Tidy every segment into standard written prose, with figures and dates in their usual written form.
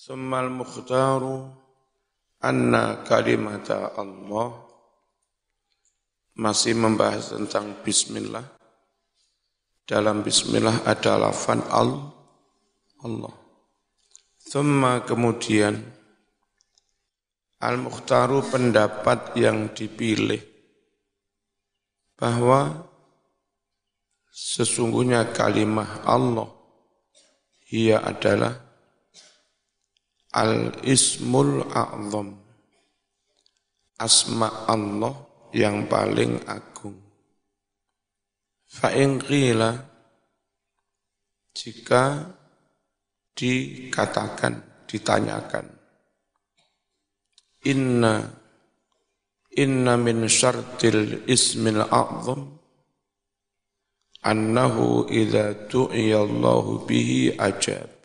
Summal mukhtaru anna kalimata Allah, masih membahas tentang bismillah. Dalam bismillah ada lafaz Allah. Summa kemudian al-mukhtaru pendapat yang dipilih bahwa sesungguhnya kalimah Allah ia adalah al-ismul a'zam, asma Allah yang paling agung. Fa'in qila, jika dikatakan, ditanyakan, inna min syartil ismil a'zam annahu idza tu'iyallahu bihi ajab.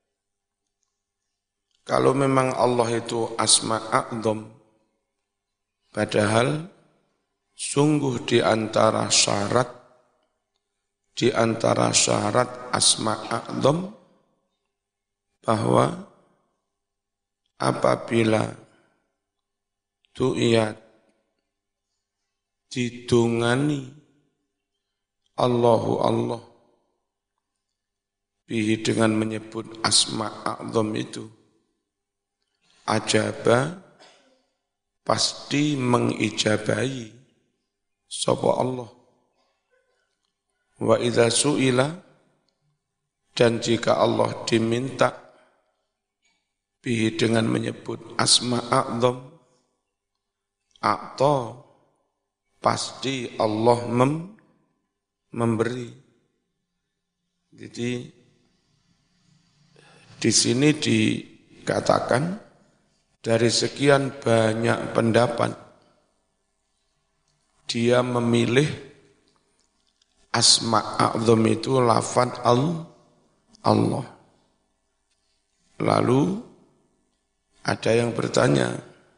Kalau memang Allah itu asma a'zam, padahal sungguh di antara syarat asma a'zam bahwa apabila tu'iyat didungani Allah bihi dengan menyebut asma a'zam itu, ajaba pasti mengijabahi sapa Allah. Wa idza su'ila, dan jika Allah diminta bihi dengan menyebut asma a'zam, a'ta pasti Allah memberi. Jadi di sini dikatakan dari sekian banyak pendapat, dia memilih asma a'zam itu lafaz Allah. Lalu ada yang bertanya,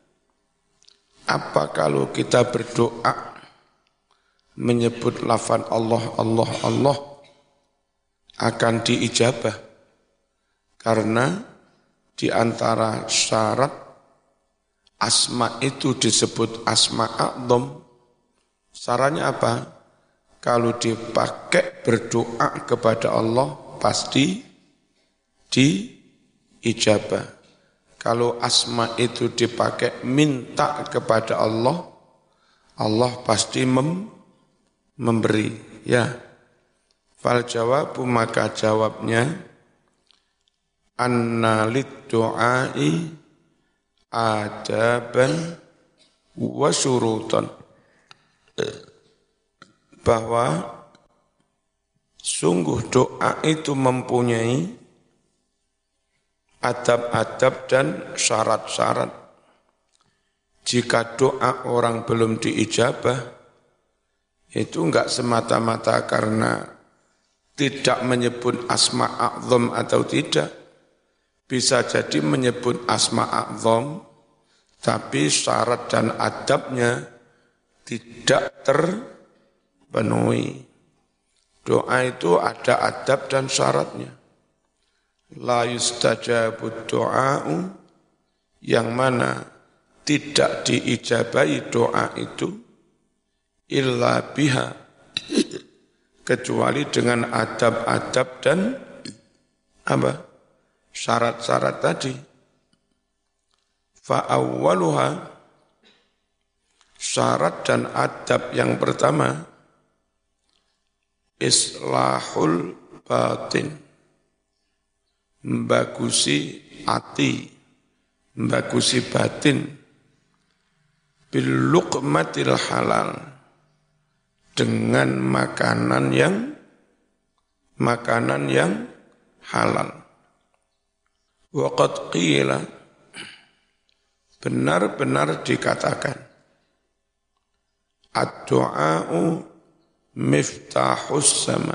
apa kalau kita berdoa menyebut lafaz Allah akan diijabah? Karena di antara syarat asma itu disebut asma a'zam, syaratnya apa? Kalau dipakai berdoa kepada Allah pasti diijabah. Kalau asma itu dipakai minta kepada Allah, Allah pasti memberi. Ya. Fal jawabu, maka jawabnya anna lid-du'ai adaban wa syurutan, bahwa sungguh doa itu mempunyai adab-adab dan syarat-syarat. Jika doa orang belum diijabah, itu enggak semata-mata karena tidak menyebut asma a'zam atau tidak. Bisa jadi menyebut asma a'zam, tapi syarat dan adabnya tidak terpenuhi. Doa itu ada adab dan syaratnya. La yustajabu doa'u, yang mana tidak diijabahi doa itu, illa biha, kecuali dengan adab-adab dan apa? Syarat-syarat tadi. Fa'awwaluha, syarat dan adab yang pertama, islahul batin, membagusi hati, membagusi batin, bil luqmatil halal, dengan makanan yang halal. Waqad qila, benar-benar dikatakan, ad-du'a'u miftahus sama,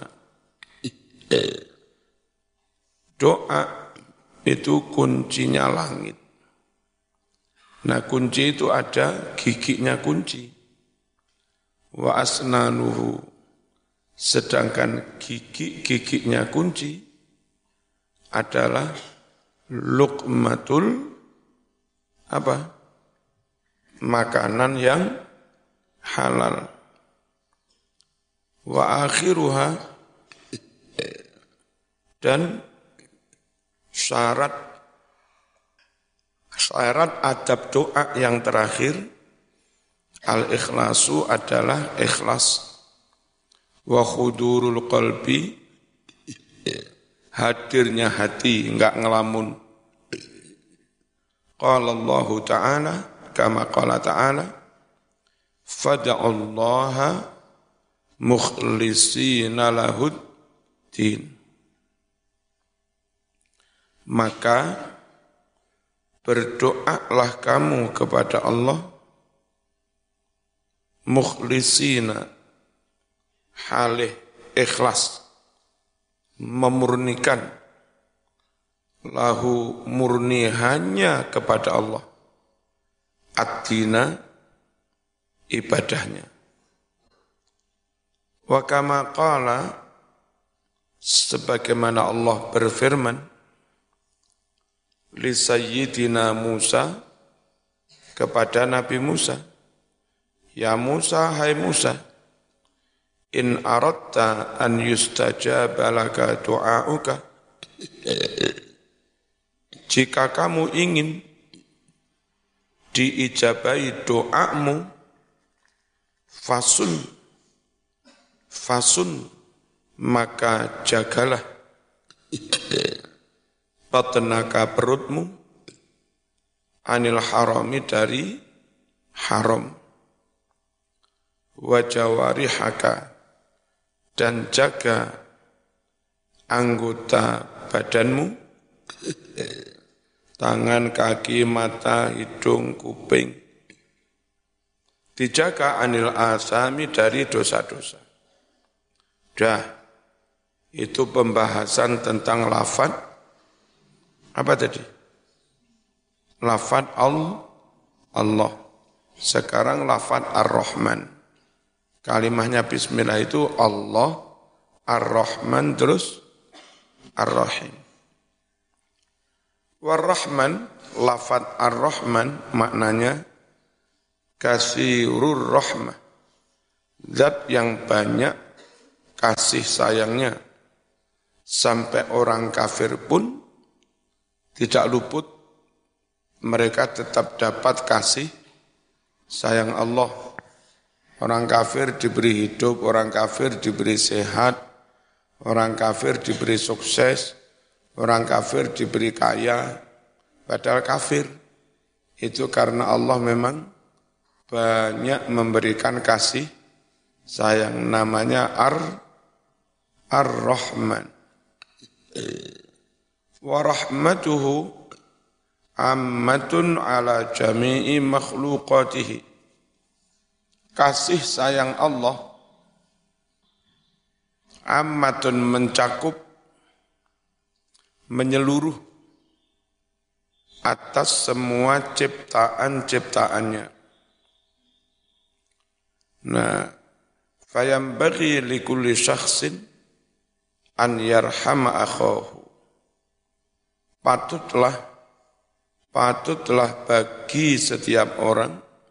doa itu kuncinya langit. Nah, kunci itu ada giginya kunci. Wa asnanuhu, sedangkan gigi-giginya kunci adalah luqmatul apa? Makanan yang halal. Wa akhiruha, dan syarat adab doa yang terakhir, al-ikhlasu adalah ikhlas. Wa khudurul qalbi, hadirnya hati, enggak ngelamun. Qala Allah Ta'ala, kama qala Ta'ala, fada'allaha mukhlisina lahud din. Maka berdoalah kamu kepada Allah mukhlisina, halih ikhlas, memurnikan, lahu murni hanya kepada Allah, ad-dina, ibadahnya. Wa kama qala, sebagaimana Allah berfirman li sayyidina Musa, kepada Nabi Musa, ya Musa, hai Musa, in aradta an yustajaba laka du'auka, jika kamu ingin diijabahi doamu, fasun, maka jagalah batnaka, perutmu, anil harami, dari haram, wa jawarihaka, dan jaga anggota badanmu, tangan, kaki, mata, hidung, kuping, dijaga anil asami, dari dosa-dosa. Dah, itu pembahasan tentang lafaz apa tadi? Lafaz Allah. Sekarang lafaz Ar-Rahman. Kalimahnya bismillah itu Allah, Ar-Rahman, terus Ar-Rahim. War-Rahman, lafaz Ar-Rahman maknanya kasirur rahmah, zat yang banyak kasih sayangnya, sampai orang kafir pun tidak luput, mereka tetap dapat kasih sayang Allah. Orang kafir diberi hidup, orang kafir diberi sehat, orang kafir diberi sukses, orang kafir diberi kaya, padahal kafir. Itu karena Allah memang banyak memberikan kasih sayang, namanya Ar-Rahman. Wa rahmatuhu ammatun ala jami'i makhluqatihi. Kasih sayang Allah ammatun, mencakup, menyeluruh atas semua ciptaan-ciptaannya. Nah, fayambaghi likulli syakhsin an yarhama akhahu. Patutlah bagi setiap orang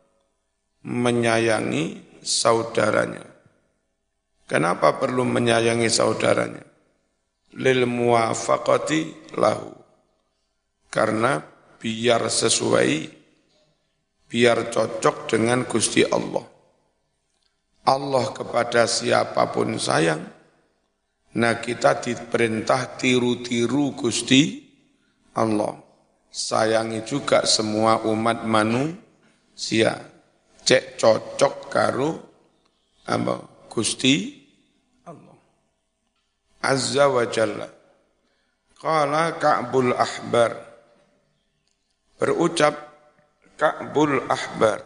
menyayangi saudaranya. Kenapa perlu menyayangi saudaranya? Lil muwafaqati lahu. Karena biar sesuai, biar cocok dengan Gusti Allah. Allah kepada siapapun sayang, nah kita diperintah tiru-tiru Gusti Allah. Sayangi juga semua umat manusia. Cek cocok karo apa? Gusti Allah Azza wa Jalla. Qala Ka'bul Ahbar, berucap Ka'bul Ahbar.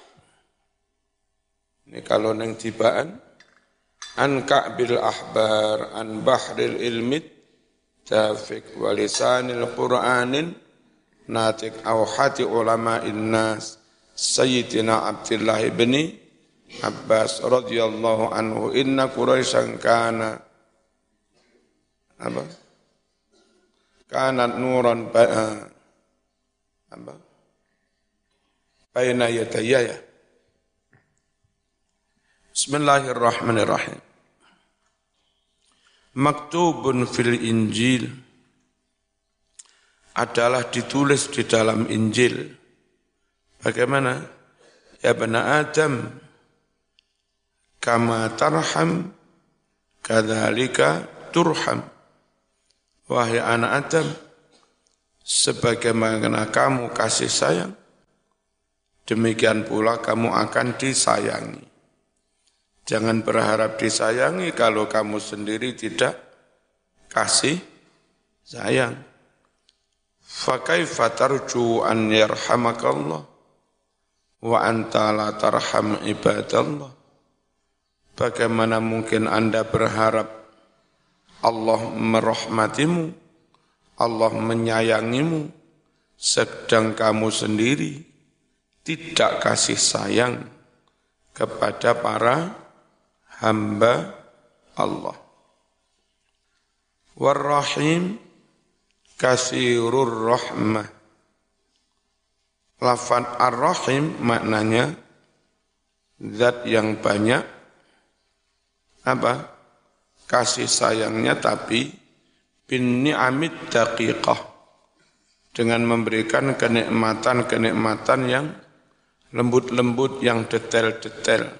Ini kalau neng tibaan, an Ka'bil Ahbar, an Bahril Ilmit, Tafik walisanil Qur'anin, natik awhati ulama'in nas, Sayyidina Abdullah ibn Abbas radhiyallahu anhu, inna Quraisyan kana kanat nuran baina yadayya ya. Bismillahirrahmanirrahim. Maktubun fil Injil adalah ditulis di dalam Injil. Bagaimana? Ya bana Adam, kama tarham, kadzalika turham. Wahai anak Adam, sebagaimana kamu kasih sayang, demikian pula kamu akan disayangi. Jangan berharap disayangi kalau kamu sendiri tidak kasih sayang. Fakaifa tarju an yarhamakallah wa anta la tarham ibadallah. Bagaimana mungkin Anda berharap Allah merahmatimu, Allah menyayangimu, sedang kamu sendiri tidak kasih sayang kepada para hamba Allah. War-Rahim kasirur rahmah. Lafaz Ar-Rahim maknanya zat yang banyak kasih sayangnya, tapi bin ni'amid daqiqah, dengan memberikan kenikmatan-kenikmatan yang lembut-lembut, yang detail-detail.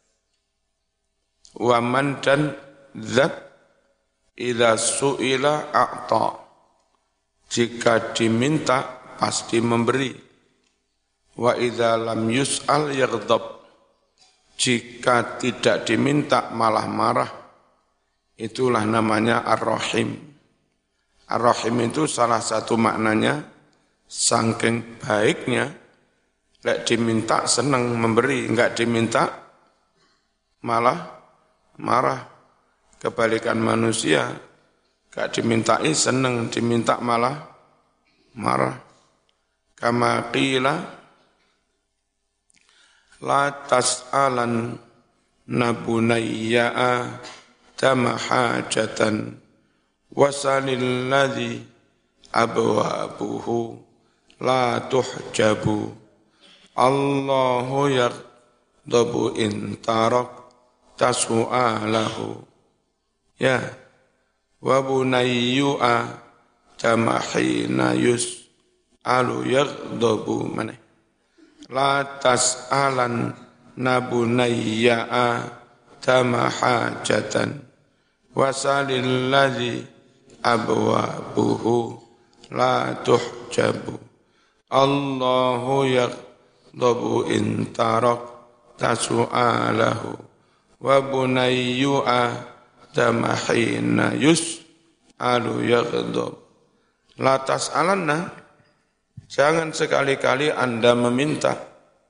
Waman dan zat idza su'ila a'ta, jika diminta pasti memberi. Wa idza lam yus'al yaghdab, jika tidak diminta malah marah. Itulah namanya Ar-Rahim. Ar-Rahim itu salah satu maknanya saking baiknya, lek diminta senang memberi, enggak diminta malah marah. Kebalikan manusia, enggak dimintai senang, diminta malah marah. Kama qila la tas'alan nabunayya'a tama hajatan wasalil ladzi abwabuhu la tuhjabu Allahu yaghdabu in tarak tasu'alahu ya wa bunayya tamahina yus'alu yaghdabu mana la tas'alan nabunayya tamahajatan wasalil ladzi abwabuhu la tuhjabu Allahu yaghdabu in tarak tasu'alahu wa bunayyu tamahina yus'alu yaghdab. La tas'alanna, jangan sekali-kali Anda meminta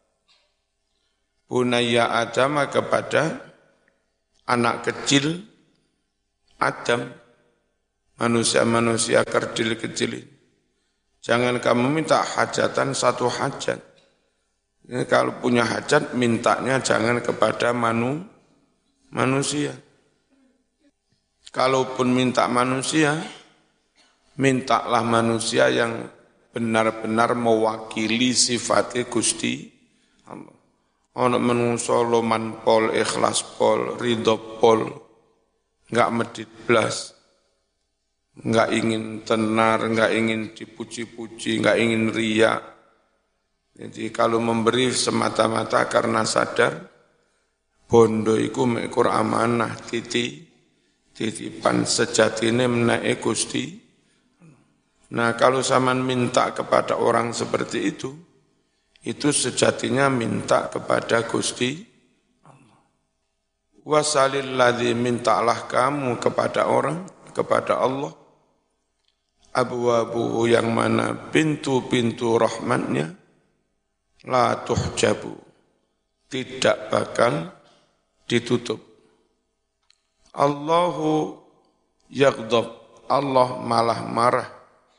bunayya Adam kepada anak kecil Adam, manusia-manusia kerdil-kecil. Jangan kamu minta hajatan satu hajat. Ini kalau punya hajat, mintanya jangan kepada manusia. Kalaupun minta manusia, mintalah manusia yang benar-benar mewakili sifatnya Gusti Allah. Ono menungso loman pol, ikhlas pol, ridho pol, enggak medit blas, enggak ingin tenar, enggak ingin dipuji-puji, enggak ingin riya. Jadi kalau memberi semata-mata karena sadar bondo iku mekur amanah titipan sejatine menaik Gusti. Nah, kalau sampean minta kepada orang seperti itu sejatinya minta kepada Gusti Allah. Wasalil ladzi, mintalah kamu kepada orang, kepada Allah. Abwabuhu, yang mana pintu-pintu rahmatnya, la tuhjabu, tidak bakal ditutup. Allahu yaghdab, Allah malah marah.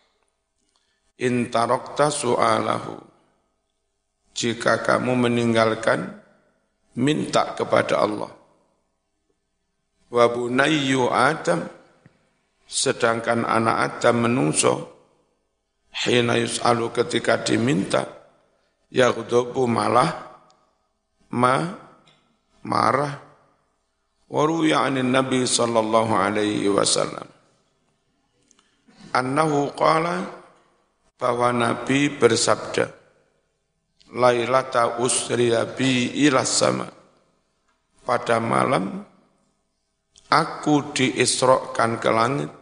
In tarakta su'alahu, jika kamu meninggalkan minta kepada Allah. Wa bunayyu Adam, sedangkan anak Adam menungso hina yus'alu ketika diminta yaghdabu malah marah. Wa ruwiya 'anin Nabi sallallahu alaihi wasallam annahu qala, bahwa Nabi bersabda, lailata usriya bi ila sama, pada malam aku diisrokan ke langit,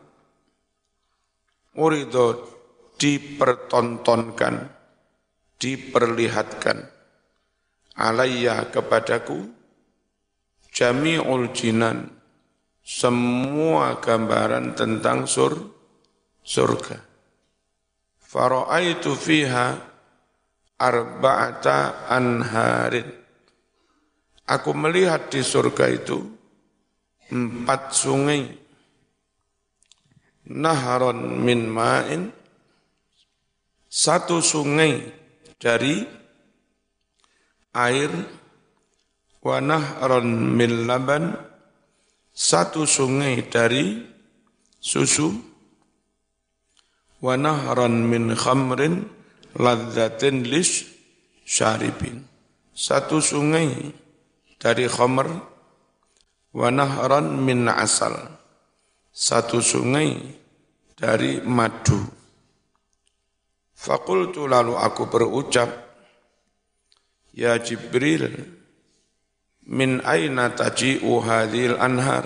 urido dipertontonkan, diperlihatkan, alayya kepadaku, jami'ul jinan, semua gambaran tentang surga. Fara'aitu fiha arba'ata anharin. Aku melihat di surga itu 4 sungai. Naharon min ma'in, 1 sungai dari air, wa nahron min laban, 1 sungai dari susu, wa nahron min khamrin ladzatin lis syaribin, 1 sungai dari khamr, wa nahron min asal, 1 sungai dari madu. Faqultu, lalu aku berucap, ya Jibril, min aina taji'u hadhil anhar.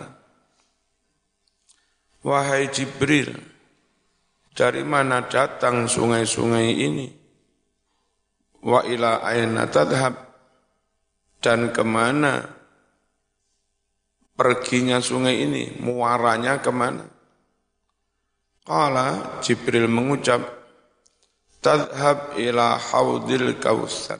Wahai Jibril, dari mana datang sungai-sungai ini? Wa ila aina tadhhab, dan kemana perginya sungai ini, muaranya kemana? Qala, Jibril mengucap, tadhhab ila haudil kautsar.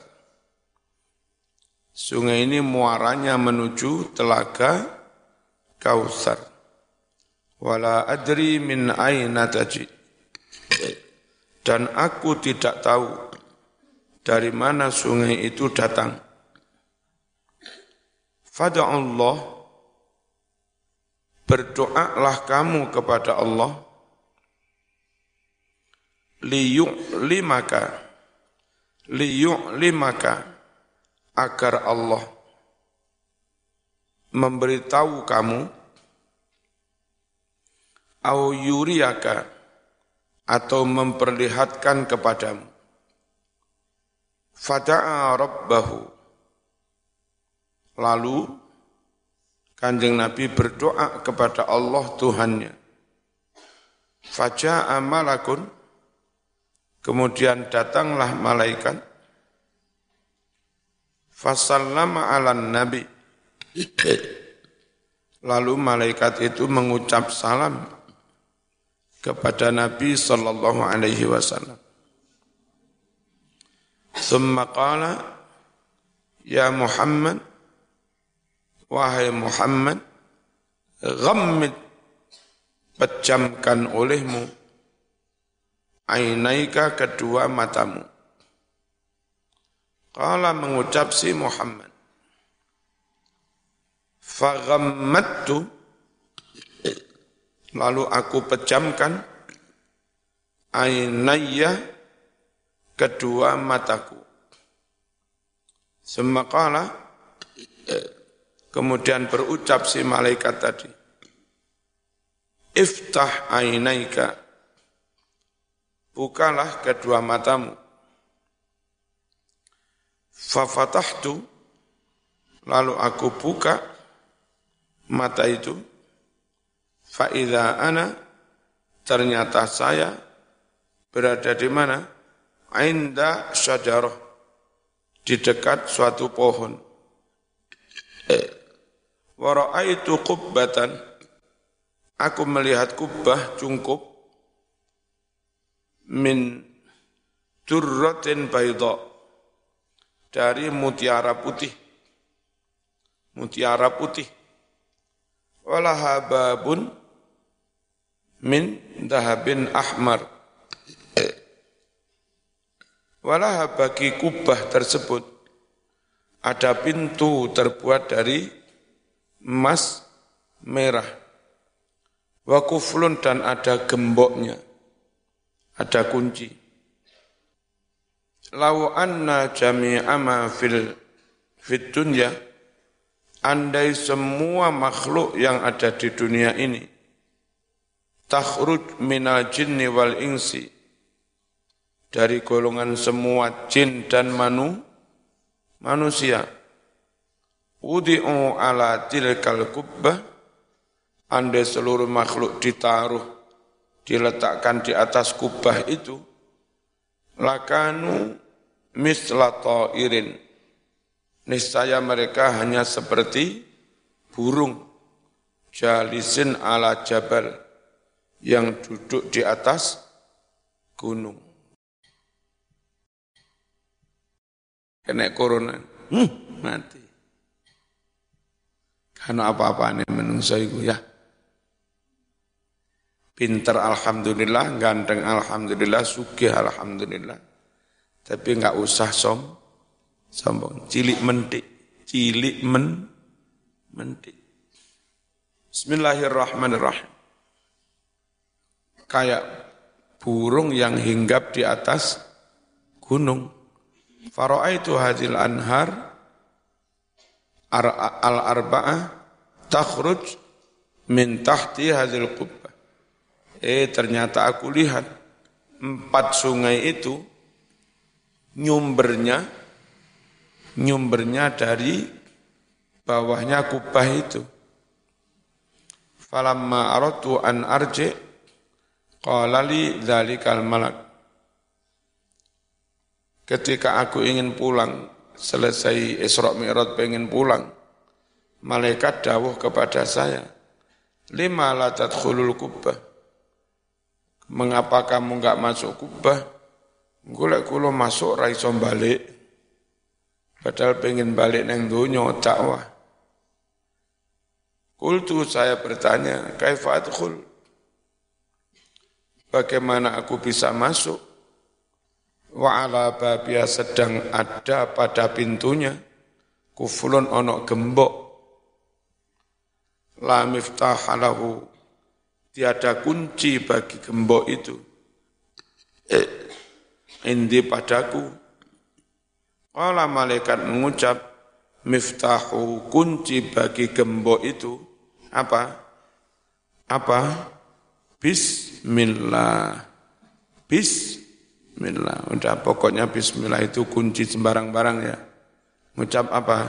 Sungai ini muaranya menuju telaga Kautsar. Wala adri min aina taji. Dan aku tidak tahu dari mana sungai itu datang. Fada'ullah, berdoalah kamu kepada Allah, liyu'limaka, agar Allah memberitahu kamu, au yuriyaka, atau memperlihatkan kepadamu. Fada'a rabbahu, lalu Kanjeng Nabi berdoa kepada Allah Tuhannya. Faja'a malakun, kemudian datanglah malaikat. Fasallama alan nabi, lalu malaikat itu mengucap salam kepada Nabi sallallahu alaihi wasallam. Tsumma qala, ya Muhammad, wahai Muhammad, ghammid, pejamkan olehmu, ainaika, kedua matamu. Qala, mengucap si Muhammad, faghammattu, lalu aku pejamkan, ainayya, kedua mataku. Summa qala, kemudian berucap si malaikat tadi, iftah ainaika, bukalah kedua matamu. Fafatahtu, lalu aku buka mata itu. Fa'idha ana, ternyata saya berada di mana? Inda syajarah, di dekat suatu pohon. Wa ra'aitu qubbatan, aku melihat kubbah cungkup, min durratin bayda, dari mutiara putih. Mutiara putih. Walaha babun min dahabin ahmar. Walaha, bagi kubah tersebut ada pintu terbuat dari emas merah. Wa kuflun dan ada gemboknya, ada kunci. Lau anna jami'a ma fid dunya, andai semua makhluk yang ada di dunia ini takhruj minal jinni wal insi, dari golongan semua jin dan manusia, udi'u ala tilkal kubbah, andai seluruh makhluk diletakkan di atas kubah itu, lakanu misla ta'irin, niscaya mereka hanya seperti burung jalisin ala jabal, yang duduk di atas gunung. Kena corona, mati. Karena apa-apanya menungso iku ya. Pinter alhamdulillah, ganteng alhamdulillah, sugih alhamdulillah. Tapi enggak usah sombong. Cilik mentik. Bismillahirrahmanirrahim. Kayak burung yang hinggap di atas gunung. Fara'aitu hadhil anhar al-arba'ah takhruj min tahti hadhil qubbah. Ternyata aku lihat 4 sungai itu nyumbernya dari bawahnya kubah itu. Falamma aradtu an arji qala li dzalikal malak. Ketika aku ingin pulang, selesai Isra Mi'raj pengen pulang, malaikat dawuh kepada saya, lima la tadkhulul kubbah. Mengapa kamu enggak masuk kubah? Golek kula masuk ra iso balik. Padahal pengen balik nang donya dakwah. Qultu, saya bertanya, kaifa adkhul? Bagaimana aku bisa masuk? Wa ala babia, sedang ada pada pintunya kuflun ono gembok, la miftah lahu, tiada kunci bagi gembok itu. Indi padaku. Qala, malaikat mengucap, miftahu, kunci bagi gembok itu apa? Bismillah. Udah pokoknya bismillah itu kunci sembarang barang ya. Mengucap apa?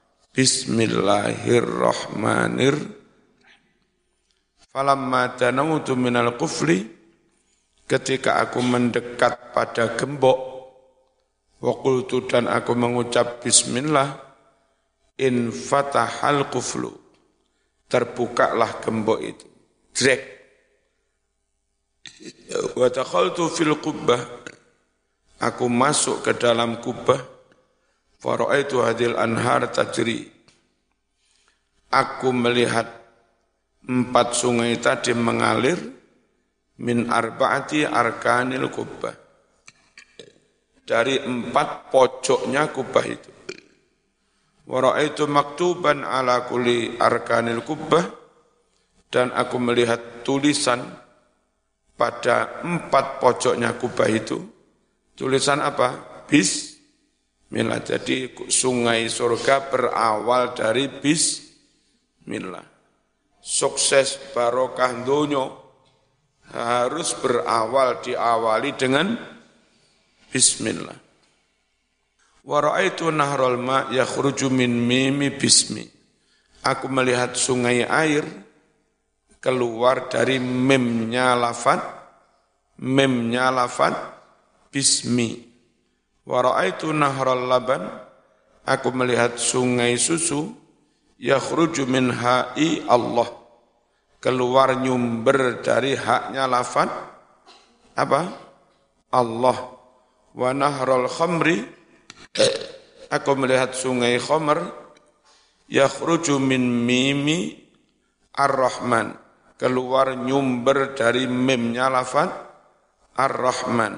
Bismillahirrahmanirrahim. Falamma tanawtu minal qufli, ketika aku mendekat pada gembok, wa qultu, dan aku mengucap bismillah, in fatahal quflu, terbukalah gembok itu. Drek. Wa dakhaltu fil qubbah, aku masuk ke dalam kubah, fara'aitu hadil anhar tajri, aku melihat 4 sungai tadi mengalir min arba'ati arkanil kubbah, dari 4 pojoknya kubah itu. Wa ra'aitu maktuban ala kulli arkanil kubbah, dan aku melihat tulisan pada 4 pojoknya kubah itu. Tulisan apa? Bismillah. Jadi sungai surga berawal dari bismillah. Sukses barokah dunya harus diawali dengan bismillah. Wa ra'aitu nahrul ma' yakhruju min mimi bismi. Aku melihat sungai air keluar dari memnya lafad bismi. Wa ra'aitu nahrul laban, aku melihat sungai susu, yakhruju min ha'i Allah, keluar nyumber dari haknya lafad apa? Allah. Wa nahrul khamri, aku melihat sungai khamr, yakhruju min mimi ar-Rahman, keluar nyumber dari memnya lafad ar-Rahman.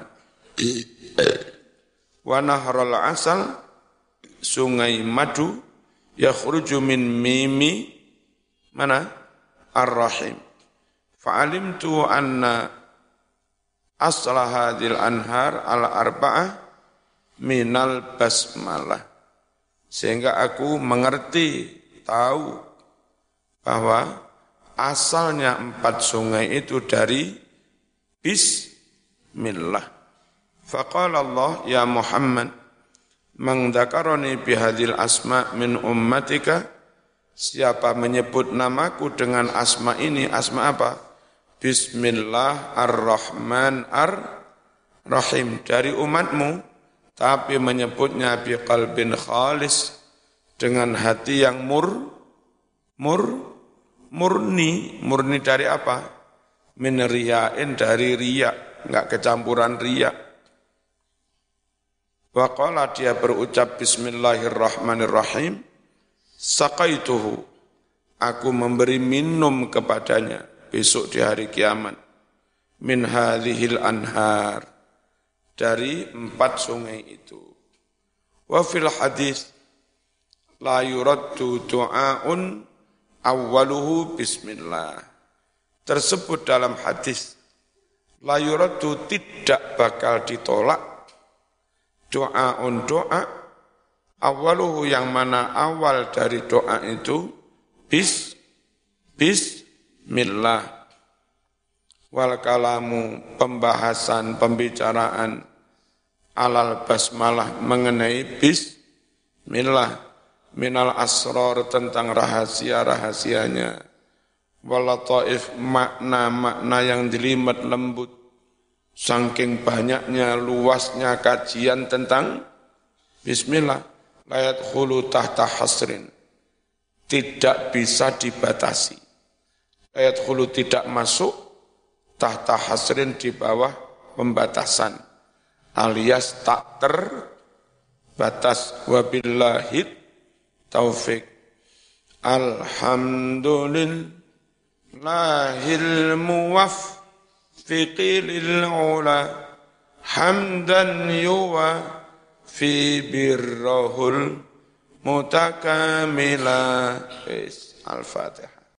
Wa nahrul asal, sungai madu, yakhruju min mimi mana? Ar-Rahim. Fa'alimtu anna asla hadhil anhar al-arba'ah minal basmalah. Sehingga aku mengerti, tahu bahwa asalnya 4 sungai itu dari bismillah. Faqala Allah, ya Muhammad, man dzakarani bihadhil asma min ummatika, siapa menyebut namaku dengan asma ini, asma apa? Bismillah ar-Rahman ar-Rahim, dari umatmu, tapi menyebutnya biqalbin khalis, dengan hati yang murni dari apa? Min riya'in, dari riya, enggak kecampuran riya. Wa qala, dia berucap bismillahirrahmanirrahim, saqaituhu, aku memberi minum kepadanya besok di hari kiamat, min hadhil anhar, dari 4 sungai itu. Wa fil hadis la yuraddu du'aun awwaluhu bismillah. Tersebut dalam hadis, la yuraddu, tidak bakal ditolak, doaun doa, awaluhu, yang mana awal dari doa itu bismillah. Wal kalamu, pembahasan, pembicaraan, alal basmalah, mengenai bismillah, minal asrar, tentang rahasia-rahasianya, walataif, makna-makna yang jelimet lembut, saking banyaknya, luasnya kajian tentang bismillah, la yadkhulu tahta hasrin, tidak bisa dibatasi. La yadkhulu, tidak masuk, tahta hasrin, di bawah pembatasan, alias tak terbatas. Wabillahid taufik. Alhamdulillahil muwaffiqi lil ula, hamdan yuwa fi birrahul mutakamila. Al-Fatihah.